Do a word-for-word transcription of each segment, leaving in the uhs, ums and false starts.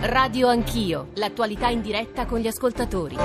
Radio Anch'io, l'attualità in diretta con gli ascoltatori.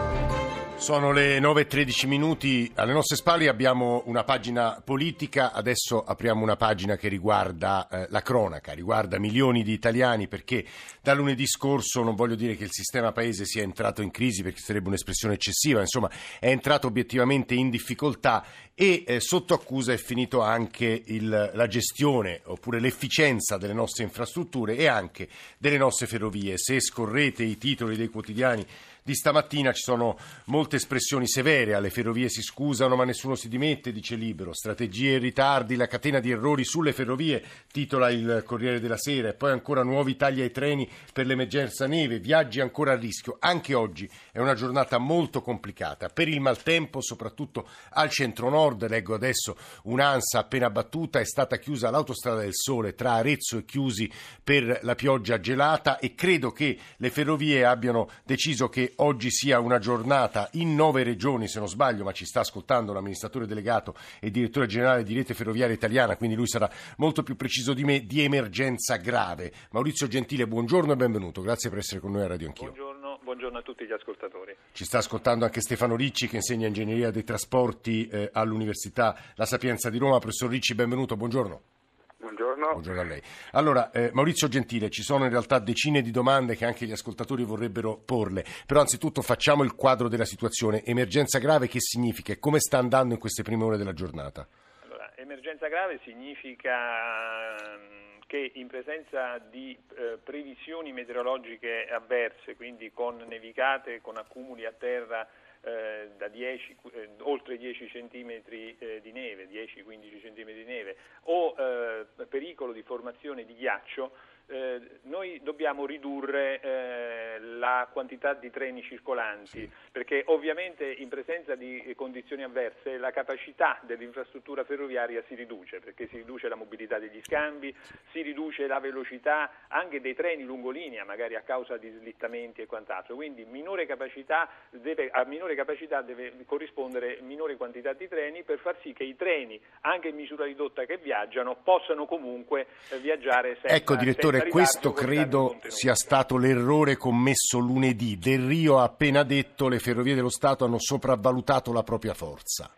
Sono le nove e tredici minuti, alle nostre spalle abbiamo una pagina politica, adesso apriamo una pagina che riguarda eh, la cronaca, riguarda milioni di italiani, perché da lunedì scorso, non voglio dire che il sistema paese sia entrato in crisi perché sarebbe un'espressione eccessiva, insomma è entrato obiettivamente in difficoltà e eh, sotto accusa è finito anche il, la gestione oppure l'efficienza delle nostre infrastrutture e anche delle nostre ferrovie. Se scorrete i titoli dei quotidiani di stamattina ci sono molte espressioni severe: alle ferrovie si scusano ma nessuno si dimette, dice Libero, strategie e ritardi, la catena di errori sulle ferrovie, titola il Corriere della Sera, e poi ancora nuovi tagli ai treni per l'emergenza neve, viaggi ancora a rischio. Anche oggi è una giornata molto complicata per il maltempo, soprattutto al centro-nord. Leggo adesso un'ANSA appena battuta, è stata chiusa l'autostrada del Sole tra Arezzo e Chiusi per la pioggia gelata, e credo che le ferrovie abbiano deciso che oggi sia una giornata in nove regioni, se non sbaglio, ma ci sta ascoltando l'amministratore delegato e direttore generale di Rete Ferroviaria Italiana, quindi lui sarà molto più preciso di me, di emergenza grave. Maurizio Gentile, buongiorno e benvenuto, grazie per essere con noi a Radio Anch'io. Buongiorno, buongiorno a tutti gli ascoltatori. Ci sta ascoltando anche Stefano Ricci, che insegna ingegneria dei trasporti eh, all'Università La Sapienza di Roma. Professor Ricci, benvenuto, buongiorno. Buongiorno. Buongiorno a lei. Allora, eh, Maurizio Gentile, ci sono in realtà decine di domande che anche gli ascoltatori vorrebbero porle, però anzitutto facciamo il quadro della situazione. Emergenza grave che significa e come sta andando in queste prime ore della giornata? Allora, emergenza grave significa che in presenza di eh, previsioni meteorologiche avverse, quindi con nevicate, con accumuli a terra Eh, da dieci, eh, oltre dieci centimetri eh, di neve, dieci quindici centimetri di neve, o eh, pericolo di formazione di ghiaccio, eh, noi dobbiamo ridurre eh, la quantità di treni circolanti, sì. Perché ovviamente in presenza di condizioni avverse la capacità dell'infrastruttura ferroviaria si riduce, perché si riduce la mobilità degli scambi, si riduce la velocità anche dei treni lungolinea, magari a causa di slittamenti e quant'altro, quindi minore capacità deve, a minore capacità deve corrispondere minore quantità di treni, per far sì che i treni, anche in misura ridotta che viaggiano, possano comunque eh, viaggiare senza. Ecco direttore, questo credo sia stato l'errore commesso lunedì. Del Rio ha appena detto: le ferrovie dello Stato hanno sopravvalutato la propria forza.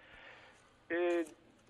Eh,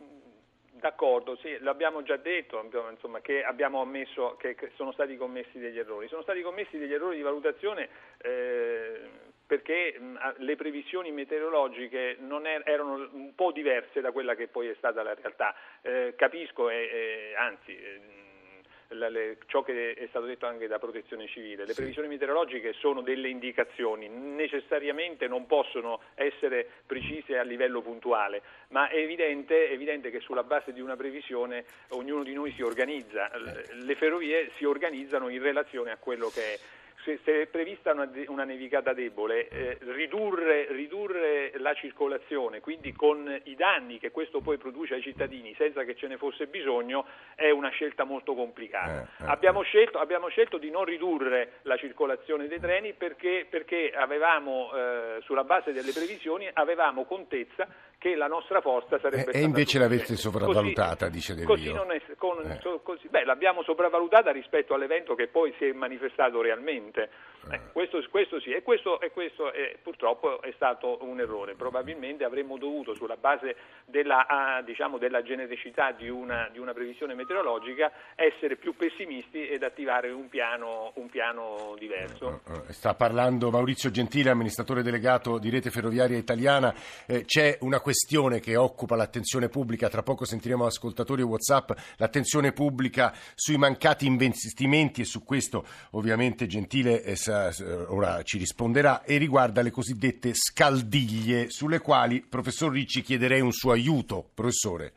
d'accordo, sì, l'abbiamo già detto, insomma, che abbiamo ammesso che sono stati commessi degli errori. Sono stati commessi degli errori di valutazione eh, perché mh, le previsioni meteorologiche non er- erano un po' diverse da quella che poi è stata la realtà. Eh, capisco, e eh, anzi... Eh, Le, le, ciò che è stato detto anche da Protezione Civile, le previsioni meteorologiche sono delle indicazioni, necessariamente non possono essere precise a livello puntuale, ma è evidente, è evidente che sulla base di una previsione ognuno di noi si organizza, le ferrovie si organizzano in relazione a quello che è. Se è prevista una, una nevicata debole, eh, ridurre, ridurre la circolazione, quindi con i danni che questo poi produce ai cittadini senza che ce ne fosse bisogno, è una scelta molto complicata. Eh, eh, abbiamo, scelto, abbiamo scelto di non ridurre la circolazione dei treni perché, perché avevamo, eh, sulla base delle previsioni, avevamo contezza che la nostra forza sarebbe e, stata e invece l'avete sopravvalutata, così, dice Del così Rio. Non è, con, eh. so, così, beh, l'abbiamo sopravvalutata rispetto all'evento che poi si è manifestato realmente. Eh, questo, questo sì, e questo, e questo è, purtroppo è stato un errore. Probabilmente avremmo dovuto, sulla base della, ah, diciamo, della genericità di una, di una previsione meteorologica, essere più pessimisti ed attivare un piano, un piano diverso. Sta parlando Maurizio Gentile, amministratore delegato di Rete Ferroviaria Italiana. Eh, c'è una questione che occupa l'attenzione pubblica, tra poco sentiremo ascoltatori WhatsApp, l'attenzione pubblica sui mancati investimenti, e su questo ovviamente Gentile eh, sa, ora ci risponderà, e riguarda le cosiddette scaldiglie, sulle quali, professor Ricci, chiederei un suo aiuto. Professore.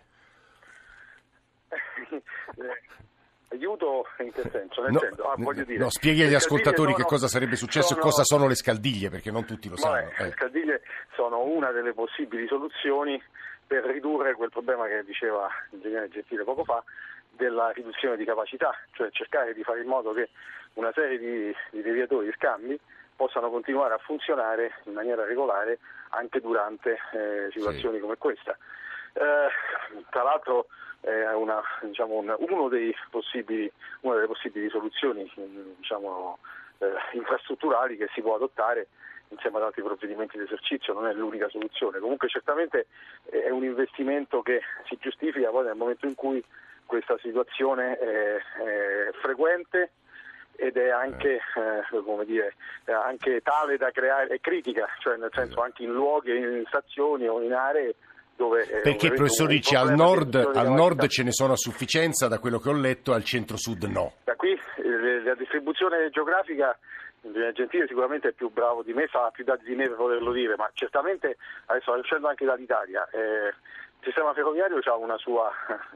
Aiuto in che senso? Nel no, senso ah, voglio dire, no, spieghi agli ascoltatori sono, che cosa sarebbe successo sono, e cosa sono le scaldiglie, perché non tutti lo sanno. Vabbè, eh. Le scaldiglie sono una delle possibili soluzioni per ridurre quel problema che diceva l'ingegnere Gentile poco fa, della riduzione di capacità, cioè cercare di fare in modo che una serie di, di deviatori di scambi possano continuare a funzionare in maniera regolare anche durante eh, situazioni sì. come questa. Eh, tra l'altro è una, diciamo, un, uno dei possibili, una delle possibili soluzioni diciamo, eh, infrastrutturali che si può adottare insieme ad altri provvedimenti di esercizio, non è l'unica soluzione. Comunque certamente è un investimento che si giustifica poi nel momento in cui questa situazione è, è frequente ed è anche, eh, come dire, anche tale da creare, è critica, cioè nel senso anche in luoghi, in stazioni o in aree dove... Perché professor Ricci, al nord, al nord ce ne sono a sufficienza, da quello che ho letto, al centro-sud no. Da qui eh, la distribuzione geografica, il Gentile sicuramente è più bravo di me, fa più dati di me per poterlo dire, ma certamente, adesso uscendo anche dall'Italia, eh, il sistema ferroviario ha una sua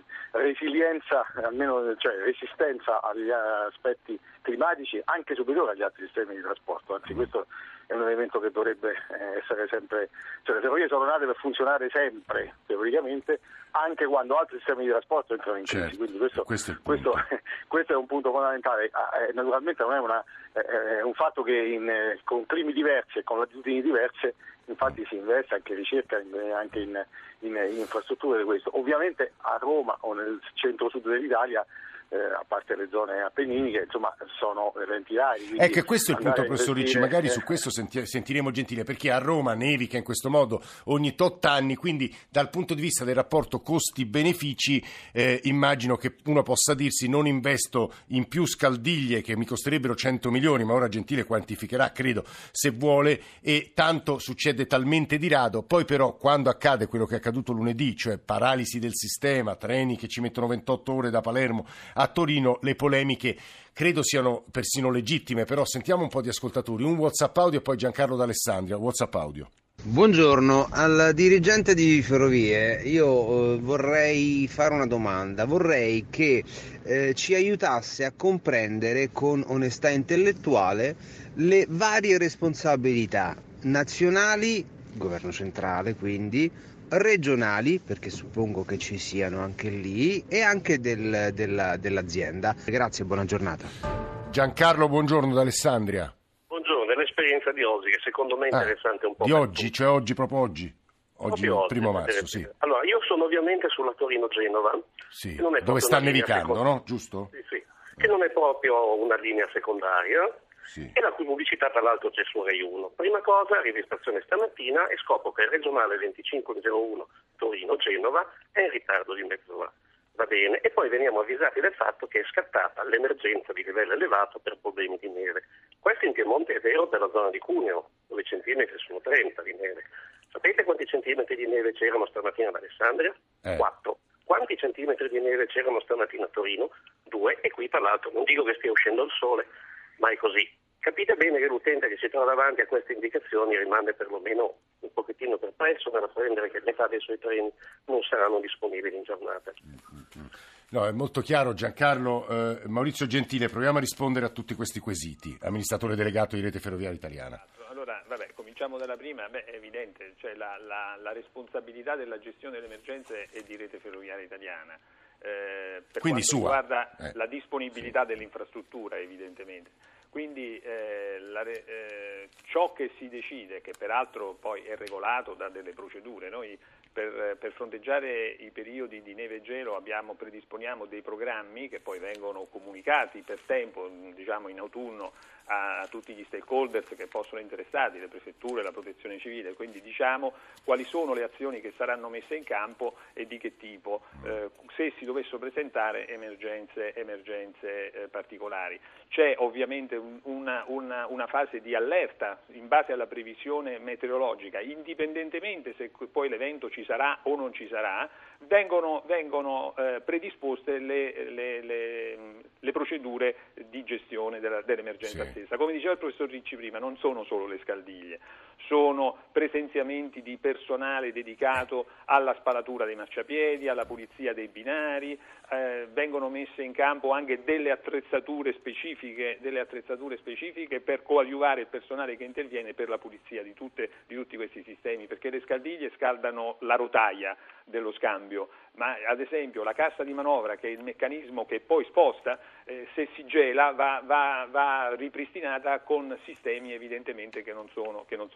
resilienza, almeno cioè resistenza agli aspetti climatici anche superiore agli altri sistemi di trasporto, anzi questo è un elemento che dovrebbe essere sempre, cioè le ferrovie sono nate per funzionare sempre, teoricamente, anche quando altri sistemi di trasporto entrano in crisi, certo, quindi questo, questo, è questo, questo è un punto fondamentale. Eh, naturalmente non è, una, eh, è un fatto che in, eh, con climi diversi e con latitudini diverse infatti si investe anche in ricerca, in, anche in, in, in infrastrutture di questo. Ovviamente a Roma o nel centro-sud dell'Italia, eh, a parte le zone appenniniche, insomma, sono eventi rari. Ecco, questo è il punto, professor Ricci, magari su questo senti, sentiremo Gentile, perché a Roma nevica in questo modo ogni tot anni, quindi dal punto di vista del rapporto costi-benefici eh, immagino che uno possa dirsi non investo in più scaldiglie che mi costerebbero cento milioni, ma ora Gentile quantificherà, credo, se vuole, e tanto succede talmente di rado, poi però quando accade quello che è accaduto lunedì, cioè paralisi del sistema, treni che ci mettono ventotto ore da Palermo a Torino, le polemiche credo siano persino legittime, però sentiamo un po' di ascoltatori. Un WhatsApp audio e poi Giancarlo d'Alessandria. WhatsApp audio. Buongiorno, al dirigente di Ferrovie io eh, vorrei fare una domanda, vorrei che eh, ci aiutasse a comprendere con onestà intellettuale le varie responsabilità nazionali, governo centrale quindi, regionali, perché suppongo che ci siano anche lì, e anche del, della, dell'azienda. Grazie e buona giornata. Giancarlo, buongiorno da Alessandria. Buongiorno, è l'esperienza di oggi che secondo me è interessante ah, un po'. Di oggi, tutti. Cioè oggi, proprio oggi? Oggi, oggi primo marzo, sì. Allora, io sono ovviamente sulla Torino-Genova. Sì, dove sta nevicando, seconda... no? Giusto? Sì, sì, che non è proprio una linea secondaria. Sì. E la cui pubblicità tra l'altro c'è su Rai uno. Prima cosa, rivistazione stamattina e scopro che il regionale venticinque zero uno Torino-Genova è in ritardo di mezz'ora. Va bene, e poi veniamo avvisati del fatto che è scattata l'emergenza di livello elevato per problemi di neve. Questo in Piemonte è vero per la zona di Cuneo, dove i centimetri sono trenta di neve. Sapete quanti centimetri di neve c'erano stamattina ad Alessandria? Eh. Quattro. Quanti centimetri di neve c'erano stamattina a Torino? Due, e qui tra l'altro non dico che stia uscendo il sole, ma è così. Capite bene che l'utente che si trova davanti a queste indicazioni rimane perlomeno un pochettino perplesso nell'apprendere che metà dei suoi treni non saranno disponibili in giornata. No, è molto chiaro, Giancarlo. Eh, Maurizio Gentile, proviamo a rispondere a tutti questi quesiti, amministratore delegato di Rete Ferroviaria Italiana. Allora, vabbè, cominciamo dalla prima. Beh, è evidente, cioè la, la, la responsabilità della gestione delle emergenze è di Rete Ferroviaria Italiana. Eh, per Quindi quanto sua. riguarda eh. la disponibilità sì. dell'infrastruttura, evidentemente. Quindi eh, la, eh, ciò che si decide, che peraltro poi è regolato da delle procedure, noi per, per fronteggiare i periodi di neve e gelo abbiamo, predisponiamo dei programmi che poi vengono comunicati per tempo, diciamo in autunno, a, a tutti gli stakeholders che possono interessati, le prefetture, la protezione civile, quindi diciamo quali sono le azioni che saranno messe in campo e di che tipo, eh, se si dovessero presentare emergenze, emergenze eh, particolari. C'è ovviamente un, una, una, una fase di allerta in base alla previsione meteorologica, indipendentemente se poi l'evento ci sarà o non ci sarà, vengono, vengono eh, predisposte le, le, le, le procedure di gestione della, dell'emergenza sì. stessa. Come diceva il professor Ricci prima, non sono solo le scaldiglie, sono presenziamenti di personale dedicato alla spalatura dei marciapiedi, alla pulizia dei binari, eh, vengono messe in campo anche delle attrezzature specifiche, delle attrezzature specifiche per coadiuvare il personale che interviene per la pulizia di, tutte, di tutti questi sistemi, perché le scaldiglie scaldano la rotaia dello scambio, ma ad esempio la cassa di manovra, che è il meccanismo che poi sposta, eh, se si gela va, va, va ripristinata con sistemi evidentemente che non sono, che non sono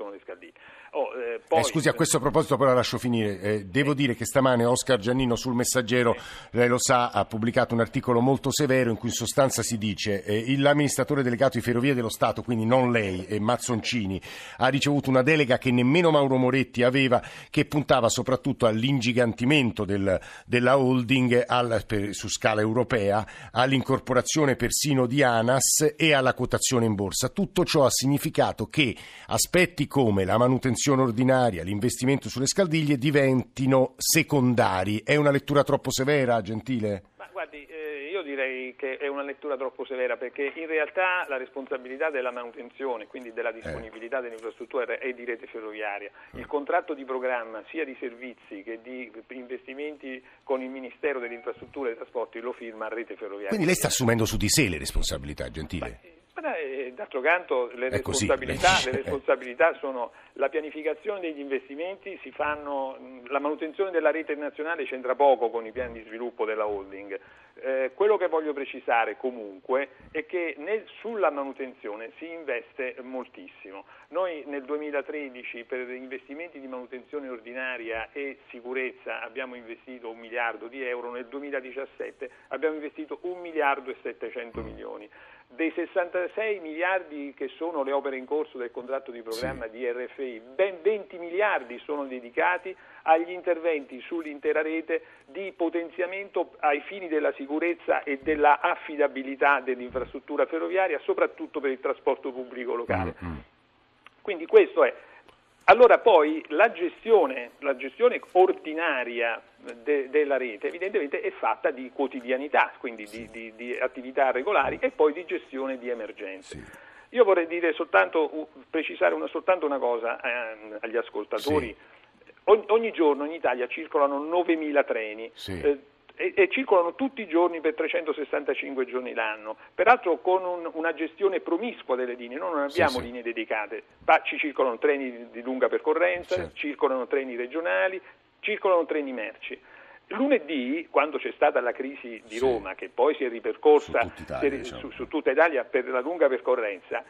sono le scaldiglie. Oh, eh, poi... eh, scusi, a questo proposito poi la lascio finire. Eh, devo dire che stamane Oscar Giannino sul Messaggero, lei lo sa, ha pubblicato un articolo molto severo in cui in sostanza si dice eh, l'amministratore delegato di Ferrovie dello Stato, quindi non lei, e Mazzoncini, ha ricevuto una delega che nemmeno Mauro Moretti aveva, che puntava soprattutto all'ingigantimento del, della holding al, per, su scala europea, all'incorporazione persino di ANAS e alla quotazione in borsa. Tutto ciò ha significato che aspetti come la manutenzione ordinaria, l'investimento sulle scaldiglie diventino secondari. È una lettura troppo severa, Gentile? Ma guardi, eh, io direi che è una lettura troppo severa, perché in realtà la responsabilità della manutenzione, quindi della disponibilità eh. dell'infrastruttura, è di Rete Ferroviaria. Il contratto di programma sia di servizi che di investimenti con il Ministero delle Infrastrutture e dei Trasporti lo firma Rete Ferroviaria. Quindi lei sta assumendo su di sé le responsabilità, Gentile? Beh, d'altro canto le responsabilità, le responsabilità sono la pianificazione degli investimenti, si fanno, la manutenzione della rete nazionale c'entra poco con i piani di sviluppo della holding. Eh, quello che voglio precisare comunque è che nel, sulla manutenzione si investe moltissimo. Noi nel duemilatredici per investimenti di manutenzione ordinaria e sicurezza abbiamo investito un miliardo di euro, nel duemiladiciassette abbiamo investito un miliardo e settecento milioni. Dei sessantasei miliardi che sono le opere in corso del contratto di programma sì. di R F I, ben venti miliardi sono dedicati agli interventi sull'intera rete di potenziamento ai fini della sicurezza e della affidabilità dell'infrastruttura ferroviaria, soprattutto per il trasporto pubblico locale. Mm-hmm. Quindi questo è. Allora poi la gestione, la gestione ordinaria de, della rete evidentemente è fatta di quotidianità, quindi di, di, di attività regolari e poi di gestione di emergenze. Sì. Io vorrei dire soltanto, precisare una, soltanto una cosa eh, agli ascoltatori. Sì. Ogni, ogni giorno in Italia circolano novemila treni. Sì. Eh, E, e circolano tutti i giorni per trecentosessantacinque giorni l'anno, peraltro con un, una gestione promiscua delle linee. Noi non abbiamo sì, sì. linee dedicate, ma ci circolano treni di, di lunga percorrenza, sì. circolano treni regionali, circolano treni merci. Lunedì, quando c'è stata la crisi di sì. Roma, che poi si è ripercorsa su, Italia, per, diciamo. su, su tutta Italia per la lunga percorrenza,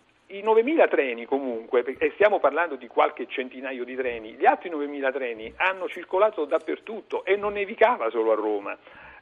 i novemila treni comunque, e stiamo parlando di qualche centinaio di treni, gli altri novemila treni hanno circolato dappertutto e non nevicava solo a Roma.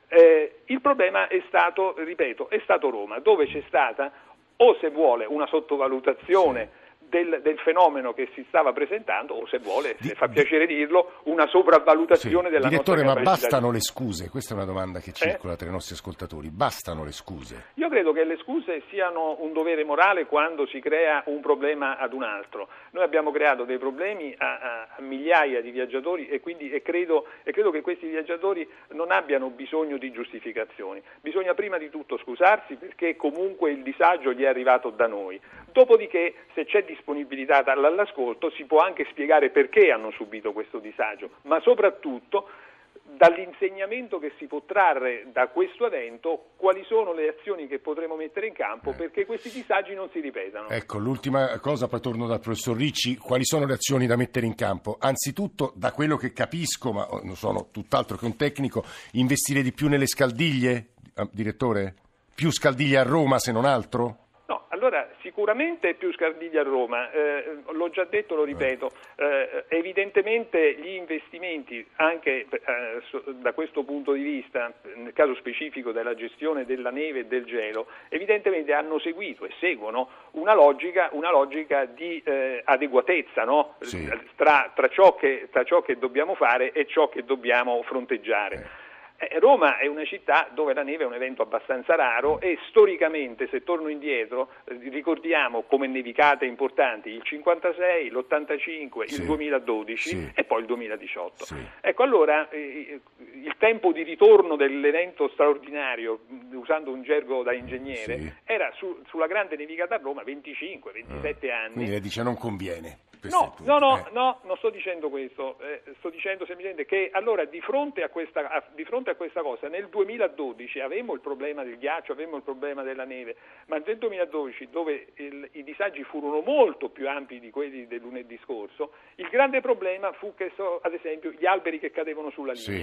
Eh, il problema è stato, ripeto, è stato Roma, dove c'è stata, o se vuole, una sottovalutazione sì. Del, del fenomeno che si stava presentando, o se vuole, se fa piacere dirlo, una sopravvalutazione sì. della Direttore, nostra capacità. Ma bastano le scuse? Questa è una domanda che circola eh? tra i nostri ascoltatori. Bastano le scuse? Io credo che le scuse siano un dovere morale quando si crea un problema ad un altro. Noi abbiamo creato dei problemi a, a, a migliaia di viaggiatori e quindi e credo, e credo che questi viaggiatori non abbiano bisogno di giustificazioni. Bisogna prima di tutto scusarsi perché comunque il disagio gli è arrivato da noi. Dopodiché, se c'è disponibilità all'ascolto, si può anche spiegare perché hanno subito questo disagio, ma soprattutto dall'insegnamento che si può trarre da questo evento, quali sono le azioni che potremo mettere in campo perché questi disagi non si ripetano. Ecco, l'ultima cosa, poi torno dal professor Ricci, quali sono le azioni da mettere in campo? Anzitutto, da quello che capisco, ma non sono tutt'altro che un tecnico, investire di più nelle scaldiglie, direttore? Più scaldiglie a Roma se non altro? No, allora sicuramente più scaldiglie a Roma, eh, l'ho già detto, lo ripeto, eh, evidentemente gli investimenti anche eh, so, da questo punto di vista, nel caso specifico della gestione della neve e del gelo, evidentemente hanno seguito e seguono una logica, una logica di eh, adeguatezza, no? Sì. tra, tra, ciò che, tra ciò che dobbiamo fare e ciò che dobbiamo fronteggiare. Eh. Roma è una città dove la neve è un evento abbastanza raro e storicamente, se torno indietro, ricordiamo come nevicate importanti il cinquantasei, l'ottantacinque, sì. il duemiladodici sì. e poi il duemiladiciotto. Sì. Ecco, allora eh, il tempo di ritorno dell'evento straordinario, usando un gergo da ingegnere, sì. era su, sulla grande nevicata a Roma venticinque ventisette ah. anni. Quindi lei dice non conviene. No, no, no, eh. no, non sto dicendo questo, eh, sto dicendo semplicemente che allora di fronte a questa, a, di fronte a questa cosa nel duemiladodici avevamo il problema del ghiaccio, avevamo il problema della neve, ma nel duemiladodici dove il, i disagi furono molto più ampi di quelli del lunedì scorso, il grande problema fu che so, ad esempio gli alberi che cadevano sulla linea. Sì.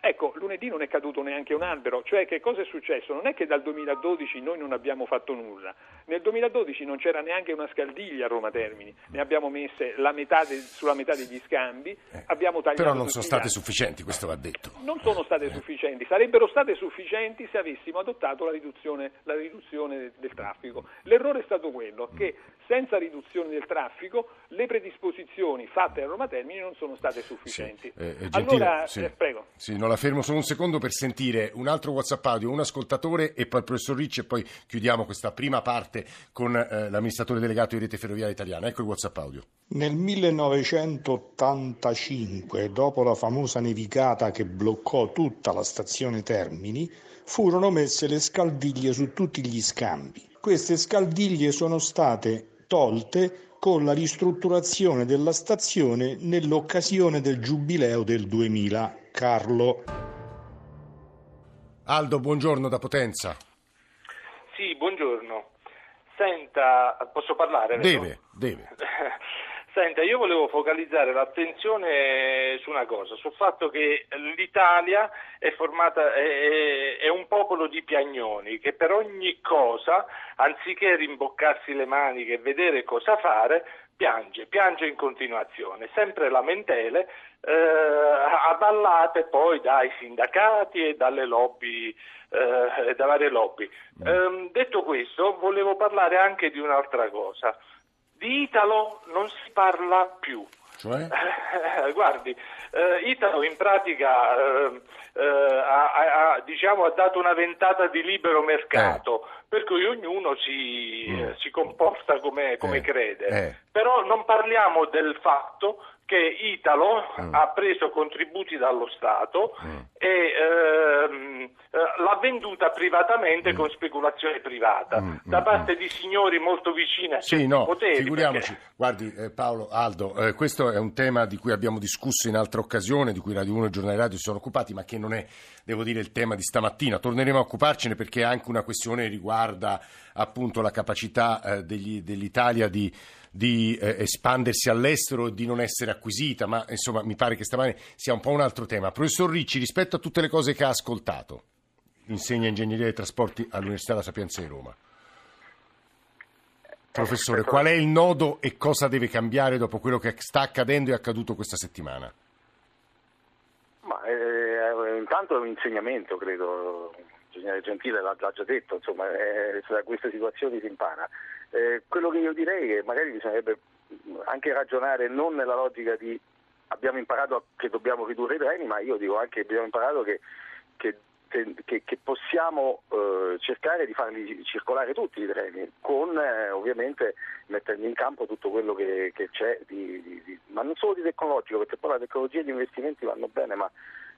Ecco, lunedì non è caduto neanche un albero, cioè che cosa è successo? Non è che dal duemiladodici noi non abbiamo fatto nulla, nel duemiladodici non c'era neanche una scaldiglia a Roma Termini, ne abbiamo messe la metà de, sulla metà degli scambi, abbiamo tagliato. Però non sono state sufficienti, questo va detto. Non sono state sufficienti, sarebbero state sufficienti se avessimo adottato la riduzione, la riduzione del traffico. L'errore è stato quello che senza riduzione del traffico le predisposizioni fatte a Roma Termini non sono state sufficienti. Sì, eh, Gentile, allora, sì, eh, prego. Sì, non la fermo solo un secondo per sentire un altro WhatsApp audio, un ascoltatore e poi il professor Ricci e poi chiudiamo questa prima parte con eh, l'amministratore delegato di Rete Ferroviaria Italiana. Ecco il WhatsApp audio. Nel millenovecentottantacinque, dopo la famosa nevicata che bloccò tutta la stazione Termini, furono messe le scaldiglie su tutti gli scambi. Queste scaldiglie sono state tolte con la ristrutturazione della stazione nell'occasione del giubileo del duemila. Carlo. Aldo, buongiorno da Potenza. Sì, buongiorno. Senta, posso parlare? Deve, deve. Senta, io volevo focalizzare l'attenzione su una cosa, sul fatto che l'Italia è formata, è, è un popolo di piagnoni che per ogni cosa, anziché rimboccarsi le maniche e vedere cosa fare, piange, piange in continuazione, sempre lamentele, eh, avallate poi dai sindacati e dalle lobby, eh, da varie lobby. Eh, detto questo, volevo parlare anche di un'altra cosa. Di Italo non si parla più. Cioè? Eh, guardi, eh, Italo in pratica eh, eh, ha, ha, diciamo, ha dato una ventata di libero mercato, eh. per cui ognuno si, mm. eh, si comporta come, come eh. crede. Eh. Però non parliamo del fatto che Italo mm. ha preso contributi dallo Stato mm. e ehm, eh, l'ha venduta privatamente mm. con speculazione privata mm. da parte mm. di signori molto vicini a sì, certi no, poteri. Figuriamoci, perché... guardi eh, Paolo, Aldo, eh, questo è un tema di cui abbiamo discusso in altre occasioni, di cui Radio uno e Giornale Radio si sono occupati, ma che non è, devo dire, il tema di stamattina. Torneremo a occuparcene perché è anche una questione che riguarda appunto la capacità eh, degli, dell'Italia di di eh, espandersi all'estero e di non essere acquisita, ma insomma mi pare che stamane sia un po' un altro tema. Professor Ricci, rispetto a tutte le cose che ha ascoltato, insegna ingegneria dei trasporti all'Università La Sapienza di Roma. Professore, qual è il nodo e cosa deve cambiare dopo quello che sta accadendo e è accaduto questa settimana? Ma eh, intanto è un insegnamento, credo. Ingegnere Gentile l'ha, l'ha già detto, insomma, eh, da queste situazioni si impara. Eh, quello che io direi è che magari bisognerebbe anche ragionare non nella logica di abbiamo imparato che dobbiamo ridurre i treni, ma io dico anche che abbiamo imparato che, che, che, che possiamo eh, cercare di farli circolare tutti i treni, con eh, ovviamente mettendo in campo tutto quello che, che c'è, di, di, di, ma non solo di tecnologico, perché poi la tecnologia e gli investimenti vanno bene, ma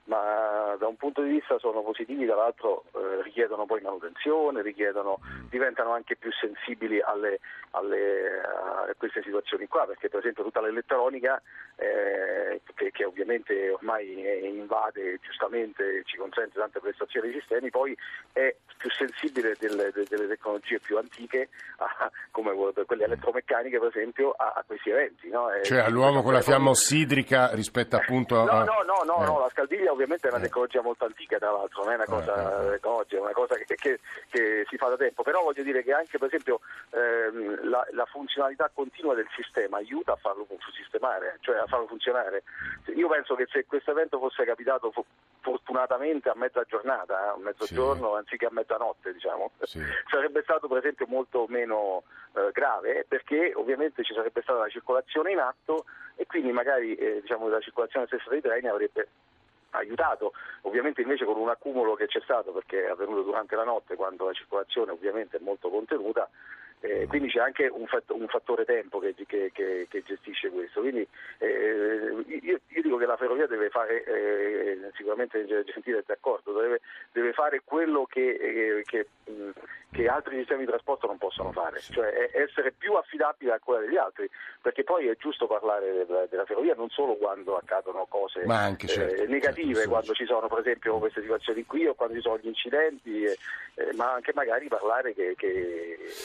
ma da un punto di vista sono positivi, dall'altro eh, richiedono poi manutenzione, richiedono, diventano anche più sensibili alle, alle, a queste situazioni qua, perché per esempio tutta l'elettronica eh, che, che ovviamente ormai invade giustamente, ci consente tante prestazioni dei sistemi, poi è più sensibile delle, delle tecnologie più antiche, a, come quelle elettromeccaniche per esempio, a, a questi eventi. No? Cioè all'uomo con la fiamma ossidrica rispetto appunto a... No, no, no, no, eh. no la scaldiglia ovviamente è una tecnologia molto antica, tra l'altro, non è una cosa tecnologica, è una cosa che, che, che si fa da tempo, però voglio dire che anche per esempio ehm, la, la funzionalità continua del sistema aiuta a farlo sistemare, cioè a farlo funzionare. Io penso che se questo evento fosse capitato fortunatamente a mezza giornata, a mezzogiorno sì. anziché a mezzanotte, diciamo, sì. sarebbe stato per esempio molto meno eh, grave, perché ovviamente ci sarebbe stata la circolazione in atto e quindi magari eh, diciamo, la circolazione stessa dei treni avrebbe aiutato. Ovviamente invece con un accumulo che c'è stato, perché è avvenuto durante la notte, quando la circolazione ovviamente è molto contenuta, eh, quindi c'è anche un, fatt- un fattore tempo che, che, che, che gestisce questo. Quindi eh, io, io dico che la ferrovia deve fare, eh, sicuramente Gentile è d'accordo, deve, deve fare quello che, eh, che, mh, che altri sistemi di trasporto non possono fare, cioè essere più affidabile ancora degli altri, perché poi è giusto parlare della, della ferrovia non solo quando accadono cose ma anche, certo, eh, negative, certo, quando ci sono per esempio queste situazioni qui o quando ci sono gli incidenti, eh, eh, ma anche magari parlare che, che, che, che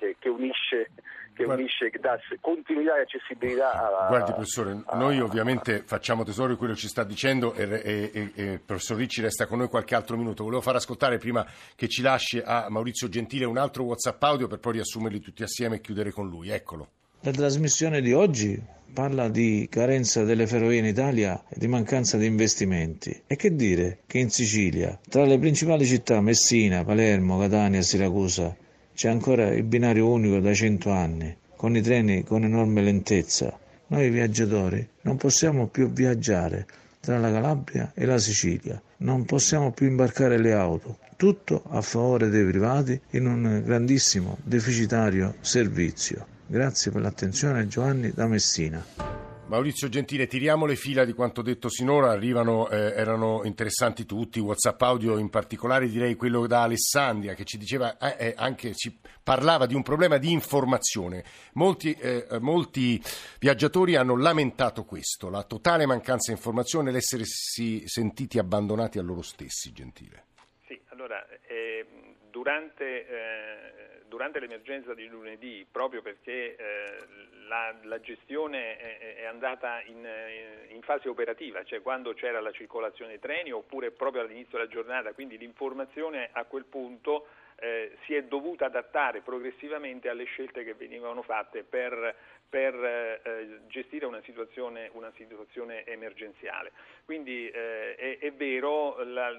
che, che unisce che Guardi, unisce, che dà continuità e accessibilità alla... Guardi professore, a, noi ovviamente facciamo tesoro di quello che ci sta dicendo e, e, e, e il professor Ricci resta con noi qualche altro minuto. Volevo far ascoltare, prima che ci lasci, a Maurizio Gentile un altro WhatsApp audio per poi riassumerli tutti assieme e chiudere con lui. Eccolo. La trasmissione di oggi parla di carenza delle ferrovie in Italia e di mancanza di investimenti. E che dire che in Sicilia, tra le principali città Messina, Palermo, Catania, Siracusa, c'è ancora il binario unico da cento anni, con i treni con enorme lentezza. Noi viaggiatori non possiamo più viaggiare tra la Calabria e la Sicilia, non possiamo più imbarcare le auto, tutto a favore dei privati in un grandissimo deficitario servizio. Grazie per l'attenzione, Giovanni da Messina. Maurizio Gentile, tiriamo le fila di quanto detto sinora, arrivano, eh, erano interessanti tutti, WhatsApp audio in particolare, direi quello da Alessandria che ci diceva, eh, eh, anche ci parlava di un problema di informazione. Molti, eh, molti viaggiatori hanno lamentato questo, la totale mancanza di informazione, l'essersi sentiti abbandonati a loro stessi, Gentile. Sì, allora, eh, durante... Eh... Durante l'emergenza di lunedì, proprio perché eh, la, la gestione è, è andata in, in fase operativa, cioè quando c'era la circolazione dei treni oppure proprio all'inizio della giornata, quindi l'informazione a quel punto eh, si è dovuta adattare progressivamente alle scelte che venivano fatte per, per eh, gestire una situazione, una situazione emergenziale. Quindi eh, è, è vero, la,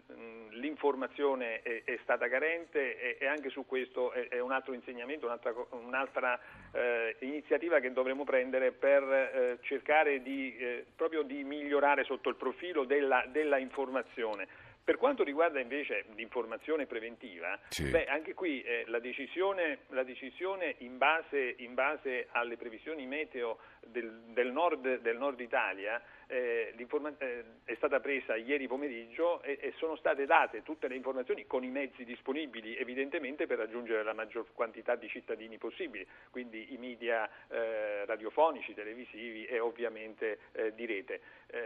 l'informazione è, è stata carente e, e anche su questo è, è un altro insegnamento, un'altra, un'altra eh, iniziativa che dovremo prendere per eh, cercare di, eh, proprio di migliorare sotto il profilo della, della informazione. Per quanto riguarda invece l'informazione preventiva, sì. beh, anche qui eh, la decisione, la decisione in base, in base alle previsioni meteo del, del, nord, del nord Italia eh, eh, è stata presa ieri pomeriggio e, e sono state date tutte le informazioni con i mezzi disponibili, evidentemente per raggiungere la maggior quantità di cittadini possibili, quindi i media eh, radiofonici, televisivi e ovviamente eh, di rete.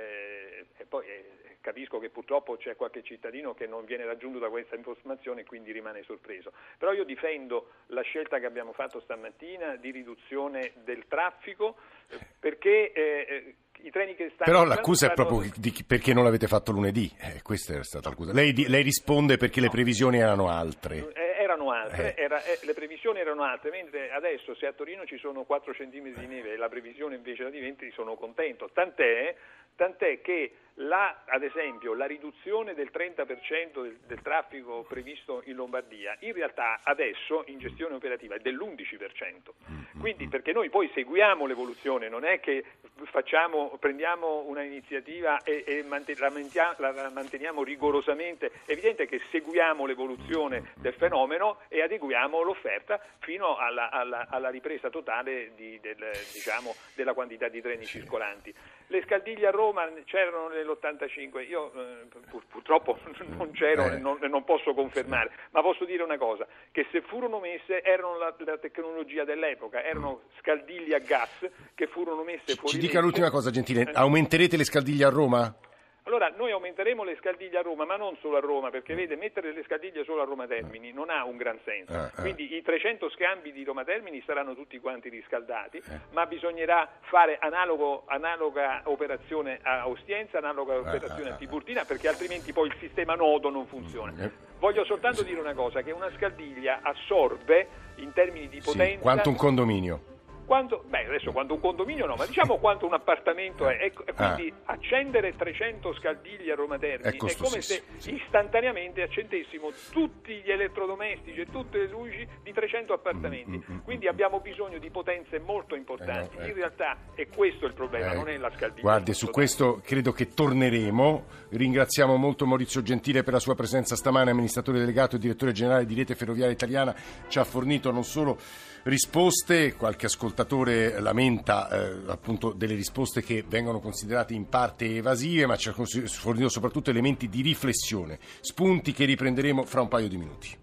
Eh, e poi eh, capisco che purtroppo c'è qualche cittadino che non viene raggiunto da questa informazione e quindi rimane sorpreso, però io difendo la scelta che abbiamo fatto stamattina di riduzione del traffico eh, perché eh, i treni che stanno... Però l'accusa è proprio di perché non l'avete fatto lunedì, eh, questa era stata l'accusa. Lei, lei risponde perché le previsioni erano altre. Eh, erano altre, eh. era, eh, le previsioni erano altre, mentre adesso se a Torino ci sono quattro centimetri di neve e la previsione invece era di venti, sono contento, tant'è, tant'è che la, ad esempio la riduzione del trenta per cento del, del traffico previsto in Lombardia in realtà adesso in gestione operativa è dell'undici per cento, quindi perché noi poi seguiamo l'evoluzione, non è che facciamo, prendiamo una iniziativa e, e manten- la, mantia- la manteniamo rigorosamente, è evidente che seguiamo l'evoluzione del fenomeno e adeguiamo l'offerta fino alla, alla, alla ripresa totale di, del, diciamo, della quantità di treni circolanti. Le Scaldiglie a Roma c'erano nell'ottantacinque, io eh, pur, purtroppo non c'ero e non, non posso confermare, ma posso dire una cosa, che se furono messe erano la, la tecnologia dell'epoca, erano scaldiglie a gas che furono messe fuori. Ci dica l'ultima cosa, Gentile, aumenterete le Scaldiglie a Roma? Allora, noi aumenteremo le Scaldiglie a Roma, ma non solo a Roma, perché vede, mettere le Scaldiglie solo a Roma Termini non ha un gran senso. Ah, ah. Quindi i trecento scambi di Roma Termini saranno tutti quanti riscaldati, eh. ma bisognerà fare analogo, analoga operazione a Ostiense, analoga operazione ah, a Tiburtina, perché altrimenti poi il sistema nodo non funziona. Eh. Voglio soltanto dire una cosa, che una Scaldiglia assorbe in termini di potenza... Sì, quanto un condominio. Quanto, beh, adesso quanto un condominio no, ma diciamo quanto un appartamento è, e, e quindi ah. accendere trecento Scaldiglie a Roma Termini è, è come se sì. istantaneamente accendessimo tutti gli elettrodomestici e tutte le luci di trecento appartamenti, mm, mm, quindi mm, abbiamo bisogno di potenze molto importanti, eh no, eh. in realtà è questo il problema, eh. non è la Scaldiglia. Guardi, su questo credo che torneremo, ringraziamo molto Maurizio Gentile per la sua presenza stamane, amministratore delegato e direttore generale di Rete Ferroviaria Italiana, ci ha fornito non solo risposte, qualche ascoltatore lamenta eh, appunto delle risposte che vengono considerate in parte evasive, ma ci ha fornito soprattutto elementi di riflessione, spunti che riprenderemo fra un paio di minuti.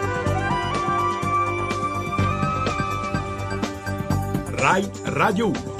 Rai Radio uno.